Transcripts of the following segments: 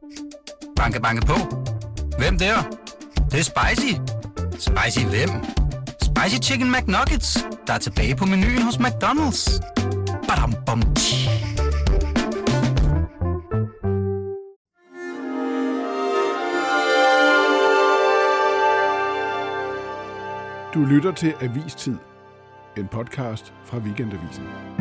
Banke, banke på. Hvem der? Det er spicy. Spicy hvem? Spicy Chicken McNuggets, der er tilbage på menuen hos McDonald's. Badum, bom, Du lytter til Avistid, en podcast fra Weekendavisen.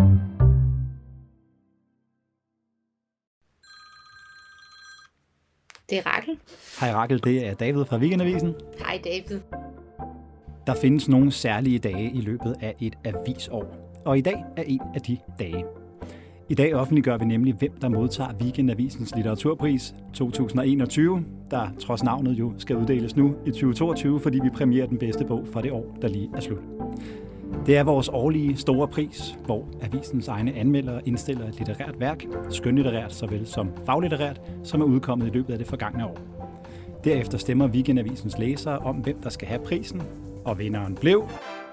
Det er Rakel. Hej Rakel, det er David fra Weekendavisen. Hej David. Der findes nogle særlige dage i løbet af et avisår, og i dag er en af de dage. I dag offentliggør vi nemlig, hvem der modtager Weekendavisens litteraturpris 2021, der trods navnet jo skal uddeles nu i 2022, fordi vi præmierer den bedste bog for det år, der lige er slut. Det er vores årlige store pris, hvor avisens egne anmeldere indstiller et litterært værk, skønlitterært såvel som faglitterært, som er udkommet i løbet af det forgangne år. Derefter stemmer Weekendavisens læsere om, hvem der skal have prisen, og vinderen blev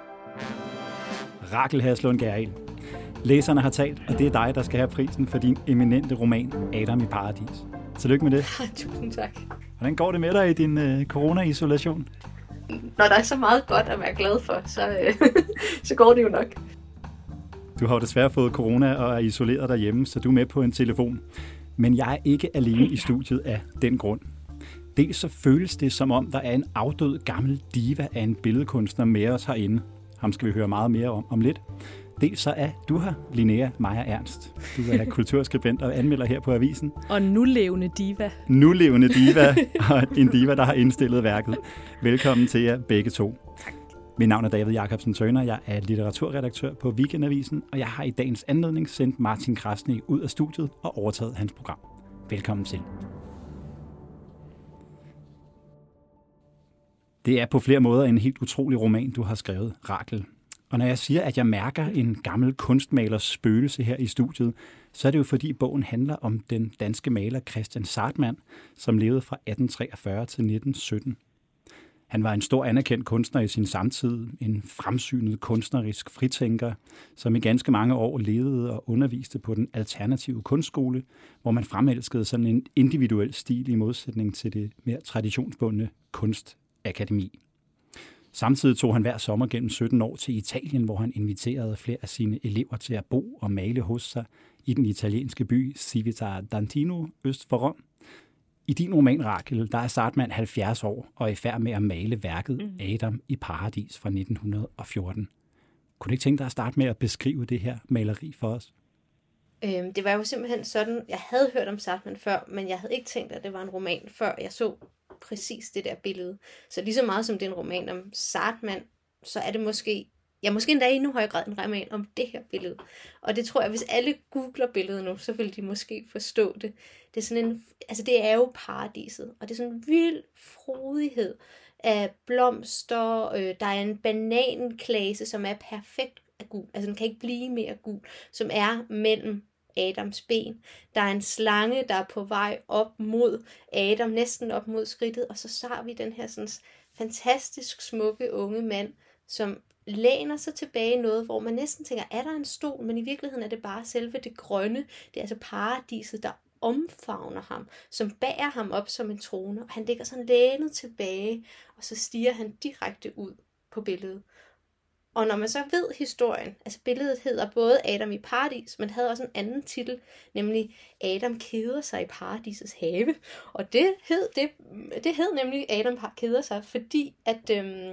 Rakel Haslund Gjerrild. Læserne har talt, og det er dig, der skal have prisen for din eminente roman Adam i Paradis. Tillykke med det. Tusind tak. Hvordan går det med dig i din corona-isolation? Når der er så meget godt at være glad for, så går det jo nok. Du har jo desværre fået corona og er isoleret derhjemme, så du er med på en telefon. Men jeg er ikke alene i studiet af den grund. Dels så føles det, som om der er en afdød gammel diva af en billedkunstner med os herinde. Ham skal vi høre meget mere om lidt. Dels så er du her, Linnea Meyer Ernst. Du er kulturskribent og anmelder her på avisen. Og nulevende diva. Nulevende diva, og en diva, der har indstillet værket. Velkommen til jer begge to. Tak. Mit navn er David Jacobsen Tøner, jeg er litteraturredaktør på Weekendavisen, og jeg har i dagens anledning sendt Martin Krasnik ud af studiet og overtaget hans program. Velkommen til. Det er på flere måder en helt utrolig roman, du har skrevet, Rakel. Og når jeg siger, at jeg mærker en gammel kunstmalers spøgelse her i studiet, så er det jo fordi bogen handler om den danske maler Christian Zahrtmann, som levede fra 1843 til 1917. Han var en stor anerkendt kunstner i sin samtid, en fremsynet kunstnerisk fritænker, som i ganske mange år levede og underviste på den alternative kunstskole, hvor man fremelskede sådan en individuel stil i modsætning til det mere traditionsbundne kunstakademi. Samtidig tog han hver sommer gennem 17 år til Italien, hvor han inviterede flere af sine elever til at bo og male hos sig i den italienske by Civita d'Antino øst for Rom. I din roman, Rakel, der er Zahrtmann 70 år og er i færd med at male værket Adam i Paradis fra 1914. Kunne du ikke tænke dig at starte med at beskrive det her maleri for os? Det var jo simpelthen sådan, jeg havde hørt om Zahrtmann før, men jeg havde ikke tænkt, at det var en roman, før jeg så præcis det der billede. Så lige så meget som det er en roman om Zahrtmann, så er det måske endda i endnu højere grad en roman om det her billede. Og det tror jeg, hvis alle googler billedet nu, så vil de måske forstå det. Det er sådan det er jo paradiset, og det er sådan en vild frodighed af blomster. Der er en bananklase, som er perfekt af gul, altså den kan ikke blive mere gul, som er mellem Adams ben. Der er en slange, der er på vej op mod Adam, næsten op mod skridtet, og så har vi den her sådan fantastisk smukke unge mand, som læner sig tilbage i noget, hvor man næsten tænker, er der en stol? Men i virkeligheden er det bare selve det grønne. Det er altså paradiset, der omfavner ham, som bærer ham op som en trone, og han ligger sådan lænet tilbage, og så stiger han direkte ud på billedet. Og når man så ved historien, altså billedet hedder både Adam i Paradis, men havde også en anden titel, nemlig Adam keder sig i paradisets have. Og det hed nemlig Adam keder sig, fordi at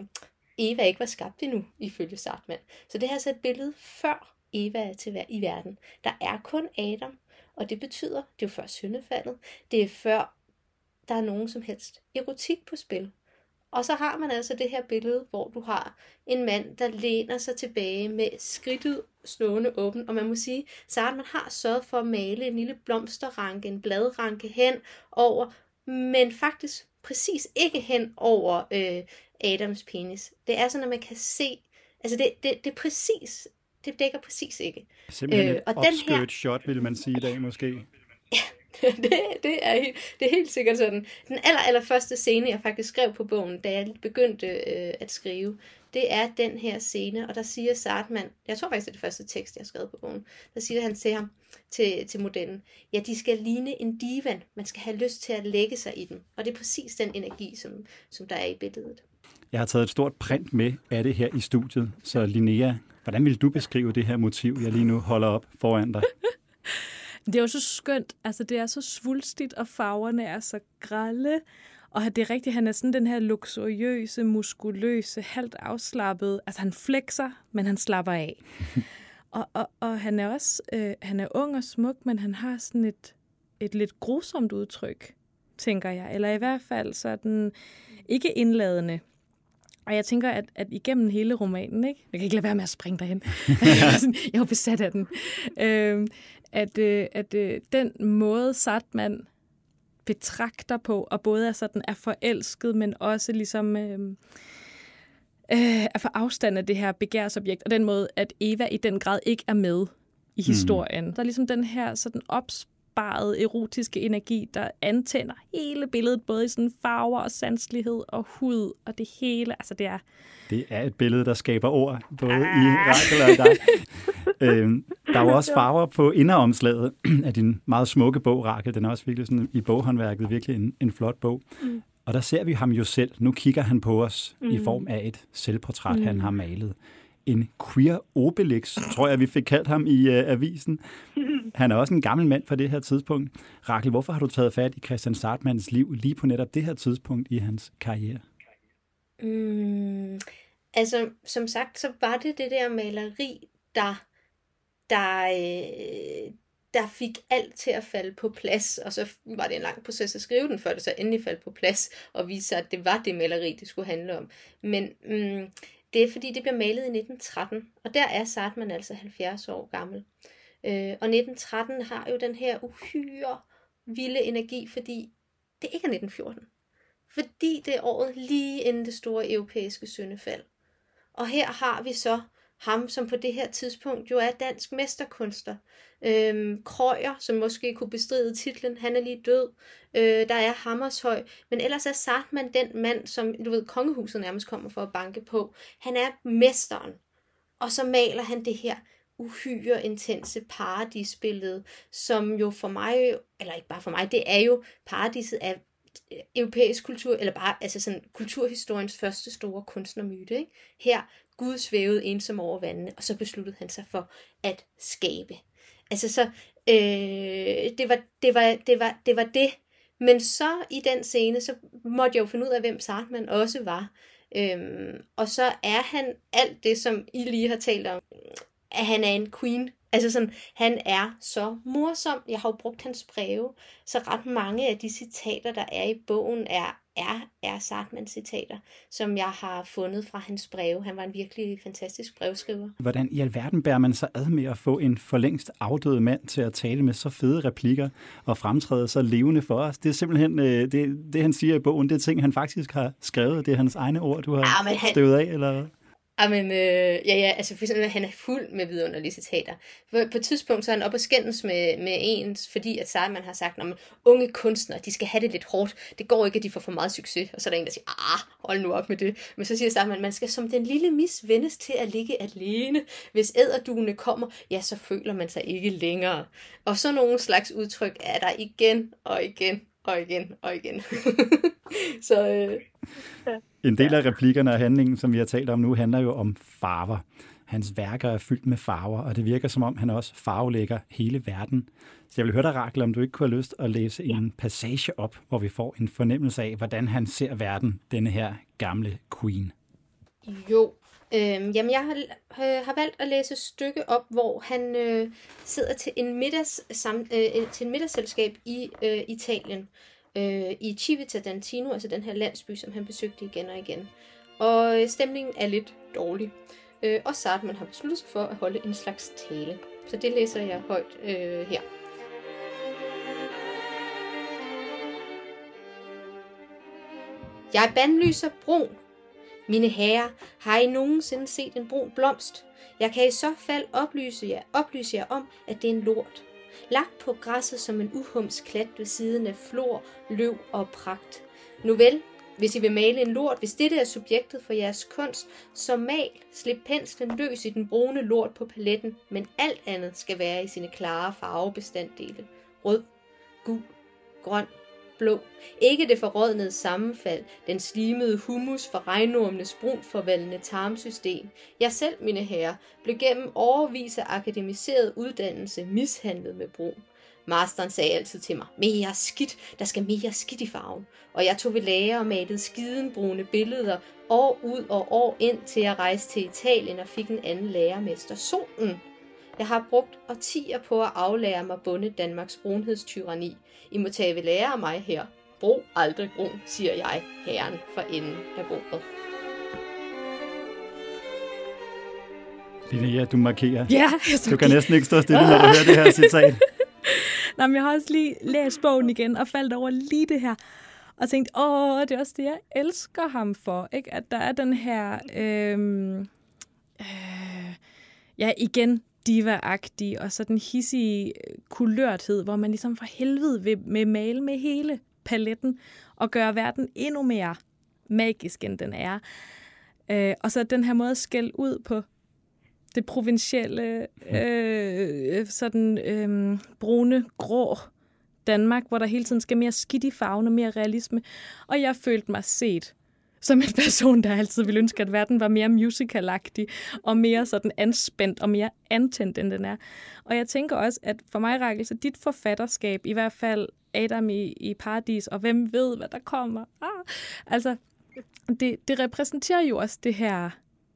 Eva ikke var skabt endnu, ifølge Zahrtmann. Så det her er altså et billede før Eva er til i verden. Der er kun Adam, og det betyder, det er jo før syndefaldet, det er før der er nogen som helst erotik på spil. Og så har man altså det her billede, hvor du har en mand, der læner sig tilbage med skridtet stående åben. Og man må sige, at man har sørget for at male en lille blomsterranke, en bladranke hen over, men faktisk præcis ikke hen over Adams penis. Det er sådan, at man kan se, altså det er præcis, det dækker præcis ikke. Simpelthen et upskirt shot, vil man sige i dag måske. Ja, det er helt sikkert sådan. Den allerførste scene, jeg faktisk skrev på bogen, da jeg begyndte at skrive, det er den her scene, og der siger Zahrtmann, jeg tror faktisk, det er det første tekst, jeg har skrevet på bogen, der siger han til ham, til modellen, ja, de skal ligne en divan, man skal have lyst til at lægge sig i dem, og det er præcis den energi, som der er i billedet. Jeg har taget et stort print med af det her i studiet, så Linnea, hvordan vil du beskrive det her motiv, jeg lige nu holder op foran dig? Det er jo så skønt, altså det er så svulstigt, og farverne er så grelle, og det er rigtigt, han er sådan den her luksuriøse, muskuløse, halvt afslappet, altså han flexer, men han slapper af. og han er også, han er ung og smuk, men han har sådan et lidt grusomt udtryk, tænker jeg, eller i hvert fald sådan ikke indladende. Og jeg tænker, at igennem hele romanen, ikke? Jeg kan ikke lade være med at springe derhen. Jeg er jo besat af den. At den måde, Zahrtmann betragter på, og både er forelsket, men også ligesom er for afstand af det her begærsobjekt, og den måde, at Eva i den grad ikke er med i historien. Der er ligesom den her sådan opsparede erotiske energi, der antænder hele billedet, både i sådan farver og sanselighed og hud og det hele. Altså det er et billede, der skaber ord, både i Rachel og dig. Der er jo også farver på inderomslaget af din meget smukke bog, Rachel. Den er også virkelig sådan, i boghåndværket virkelig en flot bog. Og der ser vi ham jo selv. Nu kigger han på os i form af et selvportræt, han har malet. En queer Obelix, tror jeg, vi fik kaldt ham i avisen. Han er også en gammel mand på det her tidspunkt. Rachel, hvorfor har du taget fat i Christian Zahrtmanns liv lige på netop det her tidspunkt i hans karriere? Altså, som sagt, så var det der maleri, der fik alt til at falde på plads, og så var det en lang proces at skrive den, før det så endelig faldt på plads, og vise sig, at det var det maleri, det skulle handle om. Men det er fordi, det blev malet i 1913, og der er Zahrtmann altså 70 år gammel. Og 1913 har jo den her uhyre vilde energi, fordi det ikke er 1914. Fordi det er året lige inden det store europæiske syndefald. Og her har vi så ham, som på det her tidspunkt jo er dansk mesterkunstner. Krøyer, som måske kunne bestride titlen, han er lige død. Der er Hammershøi. Men ellers er Zahrtmann den mand, som kongehuset nærmest kommer for at banke på. Han er mesteren. Og så maler han det her uhyre intense paradisbillede, som jo for mig, eller ikke bare for mig, det er jo paradiset af europæisk kultur, eller bare altså sådan kulturhistoriens første store kunstnermyte. Ikke? Her Gud svævede ensom over vandene, og så besluttede han sig for at skabe. Altså så, det var det. Men så i den scene, så måtte jeg jo finde ud af, hvem Zahrtmann også var. Og så er han alt det, som I lige har talt om, at han er en queen. Altså sådan, han er så morsom. Jeg har jo brugt hans breve, så ret mange af de citater, der er i bogen, er Zahrtmanns citater, som jeg har fundet fra hans breve. Han var en virkelig fantastisk brevskriver. Hvordan i alverden bærer man så ad med at få en for længst afdød mand til at tale med så fede replikker og fremtræde så levende for os? Det er simpelthen det han siger i bogen, det er ting, han faktisk har skrevet. Det er hans egne ord, du har støvet af, eller? Jamen, altså for eksempel, han er fuld med vidunderlige citater. På et tidspunkt så er han oppe og skændes med ens, fordi at Zahrtmann har sagt, at unge kunstnere, de skal have det lidt hårdt. Det går ikke, at de får for meget succes. Og så er der en, der siger, hold nu op med det. Men så siger Zahrtmann, man skal som den lille mis vendes til at ligge alene. Hvis edderduene kommer, ja, så føler man sig ikke længere. Og så nogle slags udtryk er der igen og igen og igen og igen. Så en del af replikkerne og handlingen, som vi har talt om nu, handler jo om farver. Hans værker er fyldt med farver, og det virker som om, han også farvelægger hele verden. Så jeg vil høre dig, Rachel, om du ikke kunne have lyst at læse en passage op, hvor vi får en fornemmelse af, hvordan han ser verden, denne her gamle queen. Jo, jamen jeg har valgt at læse et stykke op, hvor han sidder til et middagsselskab i Italien. I Civita d'Antino, altså den her landsby, som han besøgte igen og igen. Og stemningen er lidt dårlig. Og Zahrtmann har besluttet sig for at holde en slags tale. Så det læser jeg højt her. Jeg bandlyser brun. Mine herrer, har I nogensinde set en brun blomst? Jeg kan i så fald oplyse jer om, at det er en lort. lagt på græsset som en uhumsklat ved siden af flor, løv og pragt. Nu vel, hvis I vil male en lort, hvis dette er subjektet for jeres kunst, så mal, slip penslen løs i den brune lort på paletten, men alt andet skal være i sine klare farvebestanddele. Rød, gul, grøn, blå. Ikke det forrådnede sammenfald, den slimede humus for regnormenes brunt forvaldende tarmsystem. Jeg selv, mine herrer, blev gennem årevis af akademiseret uddannelse mishandlet med brun. Masteren sagde altid til mig, mere skidt, der skal mere skidt i farven. Og jeg tog ved lære og malede skidenbrune billeder år ud og år ind til jeg rejste til Italien og fik en anden lærermester, solen. Jeg har brugt årtier på at aflære mig bunde Danmarks brunhedstyranni. I må tage ved lære af mig her. Brug aldrig brun, siger jeg, herren for enden af bordet. Linnea, du markerer. Ja, du kan næsten ikke stå stille, når du hører det her citat. Nej, men jeg har også lige læst bogen igen og faldt over lige det her. Og tænkt, det er også det, jeg elsker ham for. Ikke? At der er den her, igen, diva-agtige og sådan hissige kulørthed, hvor man ligesom for helvede vil male med hele paletten og gøre verden endnu mere magisk, end den er. Og så den her måde at skælde ud på det provincielle, brune, grå Danmark, hvor der hele tiden skal mere skidt i farven og mere realisme. Og jeg følte mig set som en person, der altid ville ønske, at verden var mere musicalagtig og mere sådan anspændt og mere antændt, end den er. Og jeg tænker også, at for mig, Rakel, så dit forfatterskab, i hvert fald Adam i Paradis, og hvem ved, hvad der kommer. Det repræsenterer jo også det her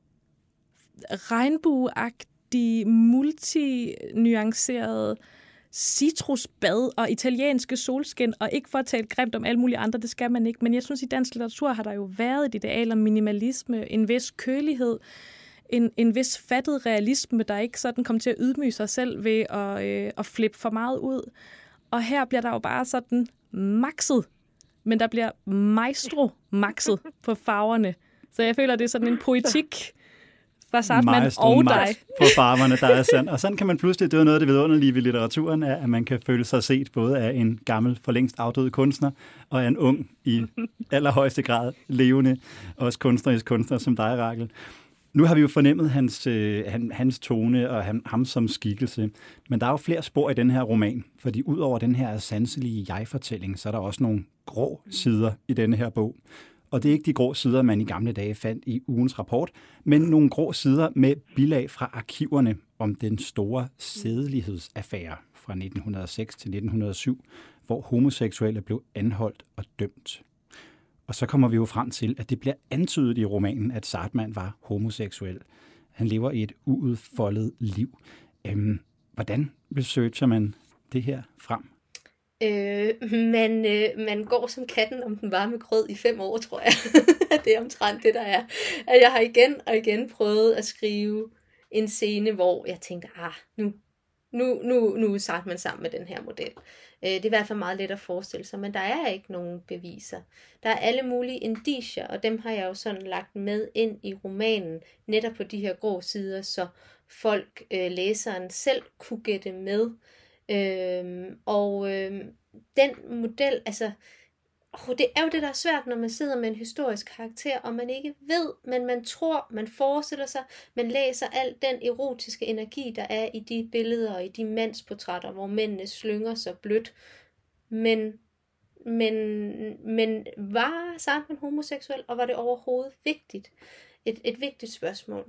regnbueagtige, multinuancerede citrusbad og italienske solskin, og ikke for at tale grimt om alle mulige andre, det skal man ikke, men jeg synes, i dansk litteratur har der jo været et ideal om minimalisme, en vis kølighed, en vis fattet realisme, der ikke sådan kom til at ydmyge sig selv ved at flippe for meget ud. Og her bliver der jo bare sådan maxet, men der bliver maestro-maxet på farverne. Så jeg føler, det er sådan en poetik fra Sartman og dig. På farverne, der er sand. Og sådan kan man pludselig, det er noget af det vidunderlige ved litteraturen, er, at man kan føle sig set både af en gammel, for længst afdød kunstner, og af en ung, i allerhøjeste grad levende, også kunstnerisk kunstner som dig, Rakel. Nu har vi jo fornemmet hans tone og ham som skikkelse, men der er jo flere spor i den her roman, fordi ud over den her sanselige jeg-fortælling, så er der også nogle grå sider i denne her bog. Og det er ikke de grå sider, man i gamle dage fandt i ugens rapport, men nogle grå sider med bilag fra arkiverne om den store sædelighedsaffære fra 1906 til 1907, hvor homoseksuelle blev anholdt og dømt. Og så kommer vi jo frem til, at det bliver antydet i romanen, at Sartman var homoseksuel. Han lever i et uudfoldet liv. Hvordan researcher man det her frem? Man går som katten om den varme grød i 5 år, tror jeg. Det er omtrent det, der er. At jeg har igen og igen prøvet at skrive en scene, hvor jeg tænkte, nu satte man sammen med den her model. Det er i hvert fald meget let at forestille sig, men der er ikke nogen beviser. Der er alle mulige indicier, og dem har jeg jo sådan lagt med ind i romanen, netop på de her grå sider, så folk, læseren selv kunne gætte med. Den model, det er jo det, der er svært, når man sidder med en historisk karakter, og man ikke ved, men man tror, man forestiller sig, man læser al den erotiske energi, der er i de billeder og i de mandsportrætter, hvor mændene slynger sig blødt. Men var Sartman homoseksuel, og var det overhovedet vigtigt? Et vigtigt spørgsmål.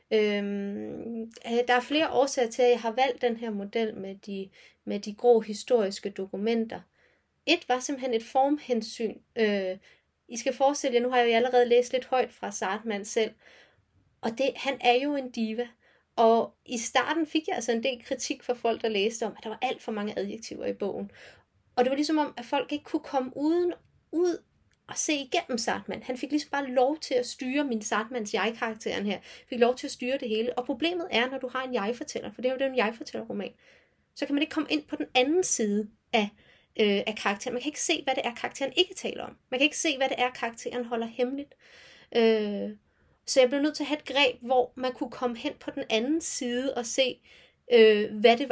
Der er flere årsager til, at jeg har valgt den her model med de grå historiske dokumenter. Et var simpelthen et formhensyn. I skal forestille jer, nu har jeg jo allerede læst lidt højt fra Sartman selv, og han er jo en diva. Og i starten fik jeg altså en del kritik fra folk, der læste om, at der var alt for mange adjektiver i bogen. Og det var ligesom om, at folk ikke kunne komme ud og se igennem Sartman. Han fik ligesom bare lov til at styre min Sartmans jeg-karakteren her. Fik lov til at styre det hele. Og problemet er, når du har en jeg-fortæller, for det er jo en jeg-fortæller-roman, så kan man ikke komme ind på den anden side af karakteren. Man kan ikke se, hvad det er, karakteren ikke taler om. Man kan ikke se, hvad det er, karakteren holder hemmeligt. Så jeg blev nødt til at have et greb, hvor man kunne komme hen på den anden side og se, hvad det var,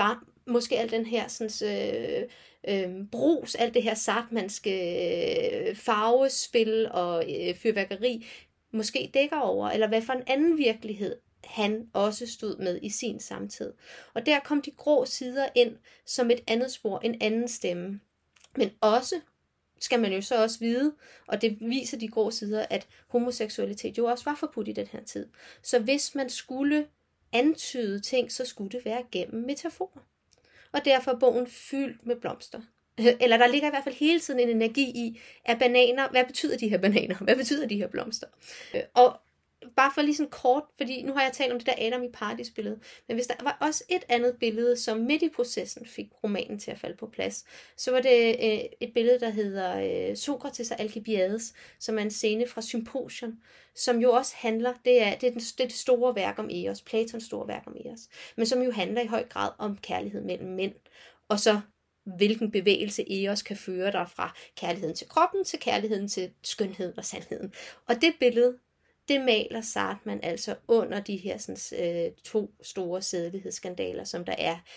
måske al den her sådan, brus, alt det her sartmanske farvespil og fyrværkeri, måske dækker over, eller hvad for en anden virkelighed han også stod med i sin samtid. Og der kom de grå sider ind som et andet spor, en anden stemme. Men også, skal man jo så også vide, og det viser de grå sider, at homoseksualitet jo også var forbudt i den her tid. Så hvis man skulle antyde ting, så skulle det være gennem metaforer. Og derfor er bogen fyldt med blomster. Eller der ligger i hvert fald hele tiden en energi i, at bananer, hvad betyder de her bananer? Hvad betyder de her blomster? Og bare for lige sådan kort, fordi nu har jeg talt om det der Adam i Paradis-billede, men hvis der var også et andet billede, som midt i processen fik romanen til at falde på plads, så var det et billede, der hedder Sokrates og Alkibiades, som er en scene fra Symposion, som jo også handler, det er det store værk om Eos, Platons store værk om Eos, men som jo handler i høj grad om kærlighed mellem mænd, og så hvilken bevægelse Eos kan føre dig fra kærligheden til kroppen, til kærligheden til skønheden og sandheden. Og det billede, det maler Sartman altså under de her sådan, 2 store sædelighedsskandaler, som der er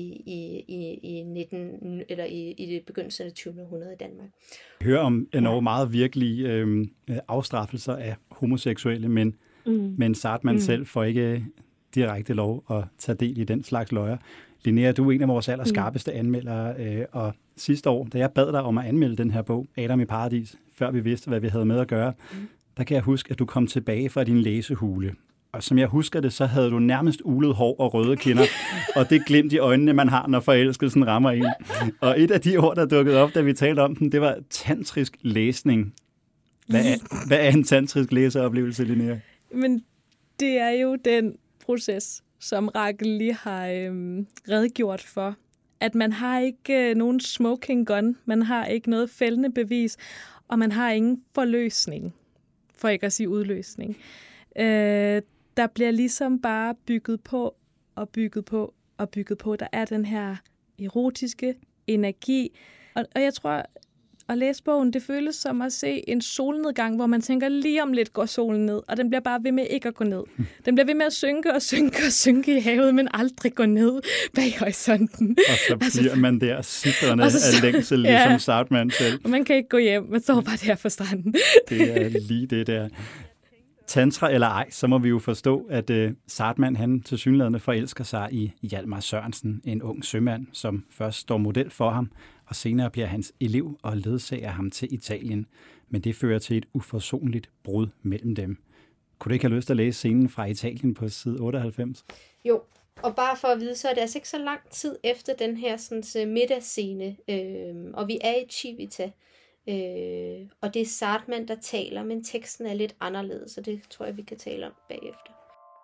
i det begyndelsen af 20. århundrede i Danmark. Vi hører om enormt meget virkelige afstraffelser af homoseksuelle, men Sartman selv får ikke direkte lov at tage del i den slags løjer. Linnea, du er en af vores allerskarpeste anmeldere, og sidste år, da jeg bad dig om at anmelde den her bog, Adam i Paradis, før vi vidste, hvad vi havde med at gøre, der kan jeg huske, at du kom tilbage fra din læsehule. Og som jeg husker det, så havde du nærmest ulet hår og røde kinder, og det glimt i øjnene, man har, når forelskelsen rammer en. Og et af de ord, der dukkede op, da vi talte om den, det var tantrisk læsning. Hvad er en tantrisk læseoplevelse, Linnea? Men det er jo den proces, som Rakel lige har redegjort for. At man har ikke nogen smoking gun, man har ikke noget fældende bevis, og man har ingen forløsning, for ikke at sige udløsning. Der bliver ligesom bare bygget på og bygget på og bygget på. Der er den her erotiske energi. Og jeg tror, at læse bogen, det føles som at se en solnedgang, hvor man tænker, lige om lidt går solen ned, og den bliver bare ved med ikke at gå ned. Den bliver ved med at synke og synke og synke i havet, men aldrig gå ned bag horisonten. Og så bliver man der sidrende af længsel, ligesom Sartman selv. Og man kan ikke gå hjem, man står bare der på stranden. Det er lige det der. Tantra eller ej, så må vi jo forstå, at Sartman, han tilsyneladende forelsker sig i Hjalmar Sørensen, en ung sømand, som først står model for ham, og senere bliver hans elev og ledsager ham til Italien. Men det fører til et uforsonligt brud mellem dem. Kunne du ikke have lyst til at læse scenen fra Italien på side 98? Jo, og bare for at vide, så er det altså ikke så lang tid efter den her sådan, middagsscene, og vi er i Civita, og det er Sartman, der taler, men teksten er lidt anderledes, så det tror jeg, vi kan tale om bagefter.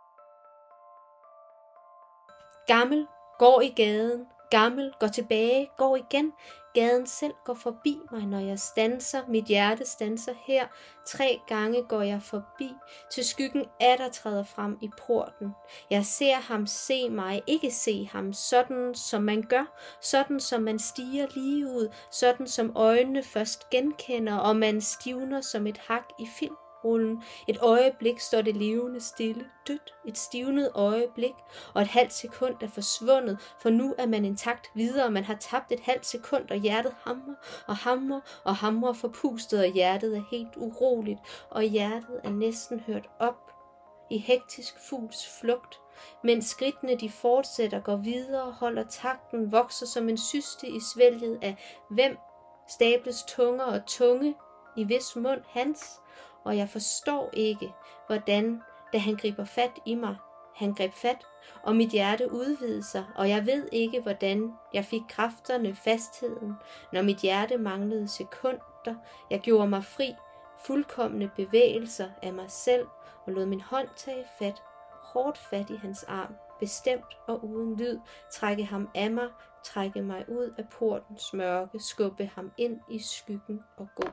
Gammel går i gaden, gammel går tilbage, går igen. Gaden selv går forbi mig, når jeg standser. Mit hjerte standser her. 3 gange går jeg forbi, til skyggen atter træder frem i porten. Jeg ser ham se mig, ikke se ham, sådan som man gør, sådan som man stiger lige ud, sådan som øjnene først genkender, og man stivner som et hak i filmrullen. Et øjeblik står det levende stille, dødt, et stivnet øjeblik, og et halvt sekund er forsvundet, for nu er man intakt videre, man har tabt et halvt sekund, og hjertet hamrer og hamrer og hamrer forpustet, og hjertet er helt uroligt, og hjertet er næsten hørt op i hektisk fugls flugt, mens skridtene de fortsætter, går videre, holder takten, vokser som en syste i svælget af hvem, stables tunger og tunge, i hvis mund hans, og jeg forstår ikke, hvordan, da han griber fat i mig, han greb fat, og mit hjerte udvidede sig, og jeg ved ikke, hvordan jeg fik kræfterne, fastheden, når mit hjerte manglede sekunder. Jeg gjorde mig fri, fuldkomne bevægelser af mig selv, og lod min hånd tage fat, hårdt fat i hans arm, bestemt og uden lyd, trække ham af mig, trække mig ud af portens mørke, skubbe ham ind i skyggen og gå.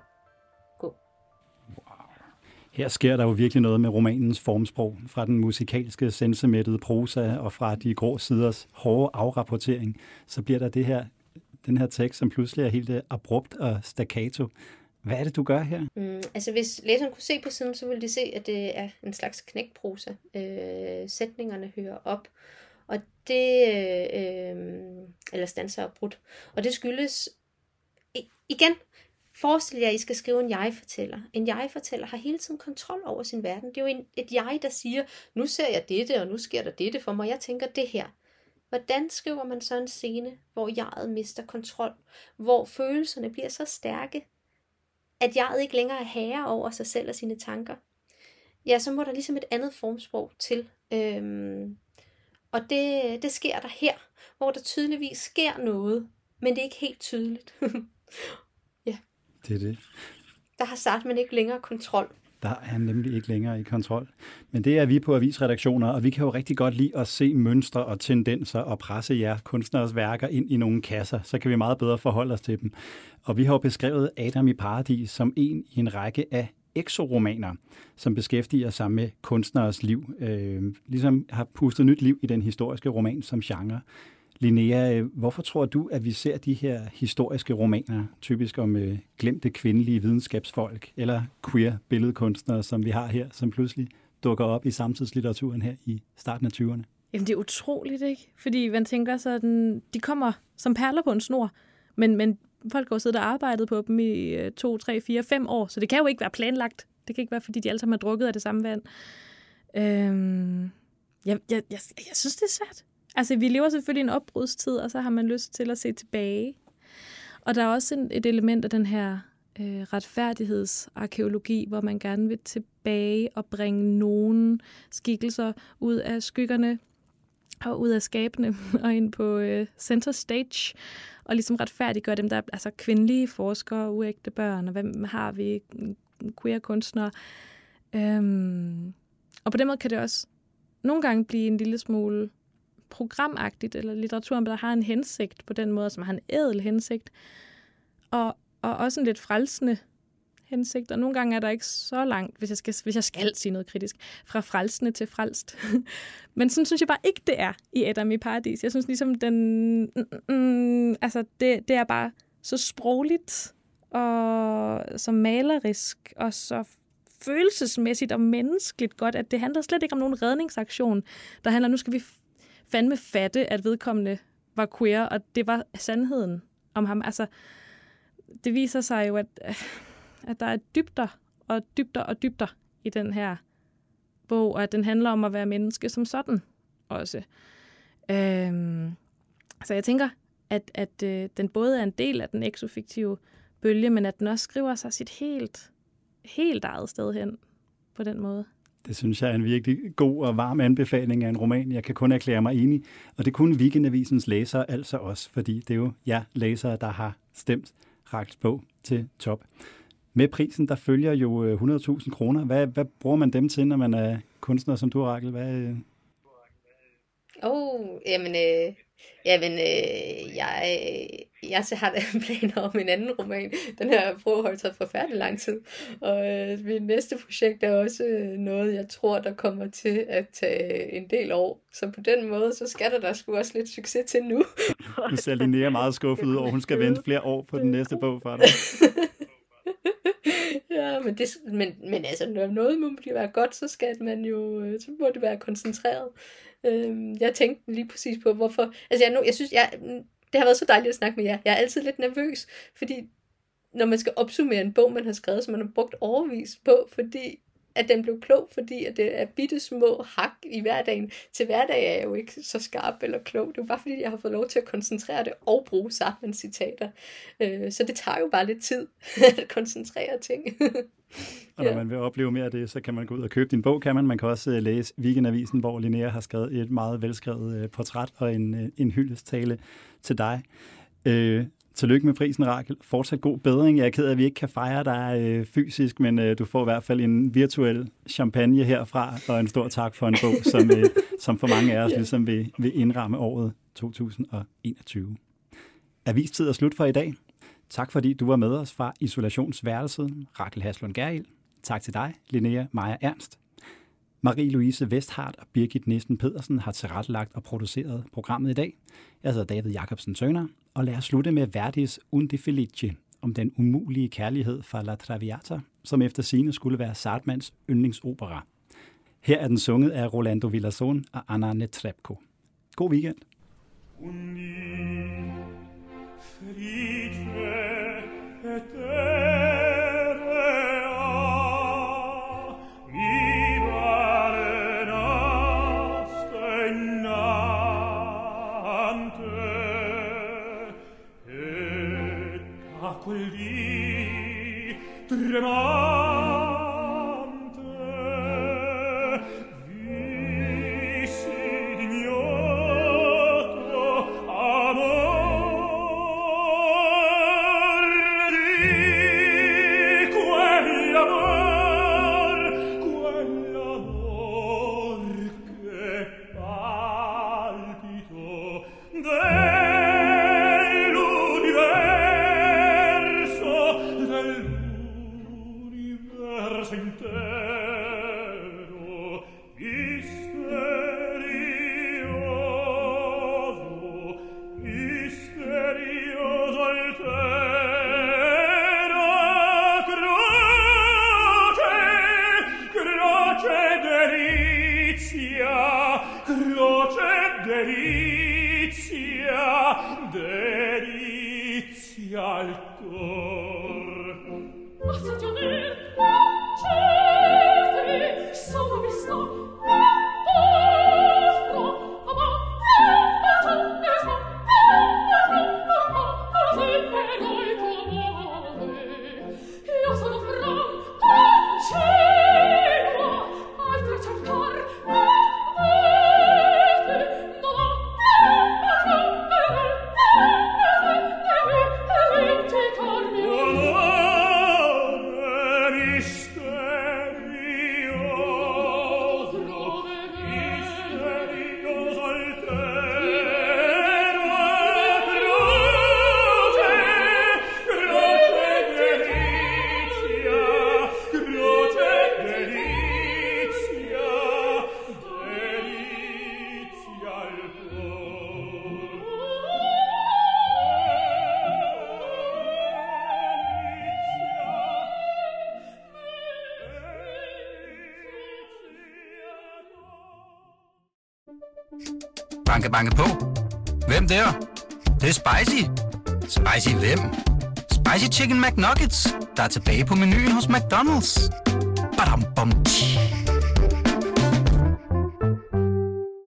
Her sker der jo virkelig noget med romanens formsprog, fra den musikalske sensemættede prosa og fra de grå siders hårde afrapportering, så bliver der den her tekst, som pludselig er helt abrupt og staccato. Hvad er det, du gør her? Altså hvis læseren kunne se på siden, så ville de se, at det er en slags knækprosa. Sætningerne hører op. Og eller standsafbrudt. Og det skyldes, igen, forestil jer, at I skal skrive en jeg-fortæller. En jeg-fortæller har hele tiden kontrol over sin verden. Det er jo et jeg, der siger, nu ser jeg dette, og nu sker der dette for mig, jeg tænker det her. Hvordan skriver man så en scene, hvor jeget mister kontrol? Hvor følelserne bliver så stærke, at jeget ikke længere er herre over sig selv og sine tanker? Ja, så må der ligesom et andet formsprog til. Og det sker der her, hvor der tydeligvis sker noget, men det er ikke helt tydeligt. Ja. Det er det. Der har Zahrtmann ikke længere kontrol. Der er han nemlig ikke længere i kontrol. Men det er vi på avisredaktioner, og vi kan jo rigtig godt lide at se mønstre og tendenser og presse jer kunstneres værker ind i nogle kasser. Så kan vi meget bedre forholde os til dem. Og vi har jo beskrevet Adam i Paradis som en i en række af exoromaner, som beskæftiger sig med kunstneres liv. Ligesom har pustet nyt liv i den historiske roman som genre. Linnea, hvorfor tror du, at vi ser de her historiske romaner, typisk om glemte kvindelige videnskabsfolk, eller queer billedkunstnere, som vi har her, som pludselig dukker op i samtidslitteraturen her i starten af 20'erne? Jamen, det er utroligt, ikke? Fordi man tænker sådan, de kommer som perler på en snor, men folk har jo siddet og arbejdet på dem i 2, 3, 4, 5 år, så det kan jo ikke være planlagt. Det kan ikke være, fordi de alle sammen har drukket af det samme vand. Jeg synes, det er svært. Altså, vi lever selvfølgelig i en opbrudstid, og så har man lyst til at se tilbage. Og der er også et element af den her retfærdighedsarkæologi, hvor man gerne vil tilbage og bringe nogle skikkelser ud af skyggerne og ud af skabene og ind på center stage, og ligesom retfærdiggøre dem, der er altså kvindelige forskere, uægte børn, og hvem har vi, queer kunstnere. Og på den måde kan det også nogle gange blive en lille smule programagtigt, eller litteraturen, der har en hensigt på den måde, som har en ædel hensigt, og også en lidt frelsende hensigt, og nogle gange er der ikke så langt, hvis jeg skal sige noget kritisk, fra frelsende til frelst. Men sådan synes jeg bare ikke, det er i Adam i Paradis. Jeg synes ligesom, det er bare så sprogligt, og så malerisk, og så følelsesmæssigt og menneskeligt godt, at det handler slet ikke om nogen redningsaktion. Der handler, nu skal vi fandme fatte, at vedkommende var queer, og det var sandheden om ham. Altså, det viser sig jo, at der er dybder og dybder og dybder i den her bog, og at den handler om at være menneske som sådan også. Så jeg tænker, at den både er en del af den exofiktive bølge, men at den også skriver sig sit helt eget sted hen på den måde. Det synes jeg er en virkelig god og varm anbefaling af en roman. Jeg kan kun erklære mig enig. Og det kunne Weekendavisens læsere altså også, fordi det er jo jer læsere, der har stemt Rachels bog til top. Med prisen, der følger jo 100.000 kroner. Hvad bruger man dem til, når man er kunstner som du, Rachel? Jeg har da planer om en anden roman. Den her prøve har taget forfærdelig lang tid. Og mit næste projekt er også noget, jeg tror, der kommer til at tage en del år. Så på den måde, så skal der sgu også lidt succes til nu. Nu ser Linnea meget skuffet ud, og hun skal vente flere år på den næste bog for dig. Ja, men altså, når noget må være godt, så skal man jo, så må det være koncentreret. Jeg tænkte lige præcis på, hvorfor. Altså, jeg synes, det har været så dejligt at snakke med jer. Jeg er altid lidt nervøs, fordi når man skal opsummere en bog, man har skrevet, som man har brugt overvis på, fordi at den blev klog, fordi at det er bitte små hak i hverdagen. Til hverdag er jeg jo ikke så skarp eller klog. Det er jo bare fordi, jeg har fået lov til at koncentrere det og bruge Zahrtmanns citater. Så det tager jo bare lidt tid at koncentrere ting. Og når man vil opleve mere af det, så kan man gå ud og købe din bog, kan man. Man kan også læse Weekendavisen, hvor Linnea har skrevet et meget velskrevet portræt og en hyldesttale til dig. Tillykke med prisen, Rachel. Fortsat god bedring. Jeg er ked af, at vi ikke kan fejre dig fysisk, men du får i hvert fald en virtuel champagne herfra, og en stor tak for en bog, som for mange af os ligesom vil indramme året 2021. Avistid er slut for i dag. Tak fordi du var med os fra Isolationsværelset, Rachel Haslund Gerrild. Tak til dig, Linnea Maja Ernst. Marie-Louise Vesthardt og Birgit Nissen Pedersen har tilrettelagt og produceret programmet i dag. Jeg hedder David Jacobsen Tøner, og lad os slutte med Verdis Un Felice om den umulige kærlighed fra La Traviata, som efter sigende skulle være Zahrtmanns yndlingsopera. Her er den sunget af Rolando Villazón og Anna Netrebko. God weekend. Banke, banke på. Hvem der? Det er spicy. Spicy hvem? Spicy Chicken McNuggets, der er tilbage på menuen hos McDonald's. Badum, bom, tji.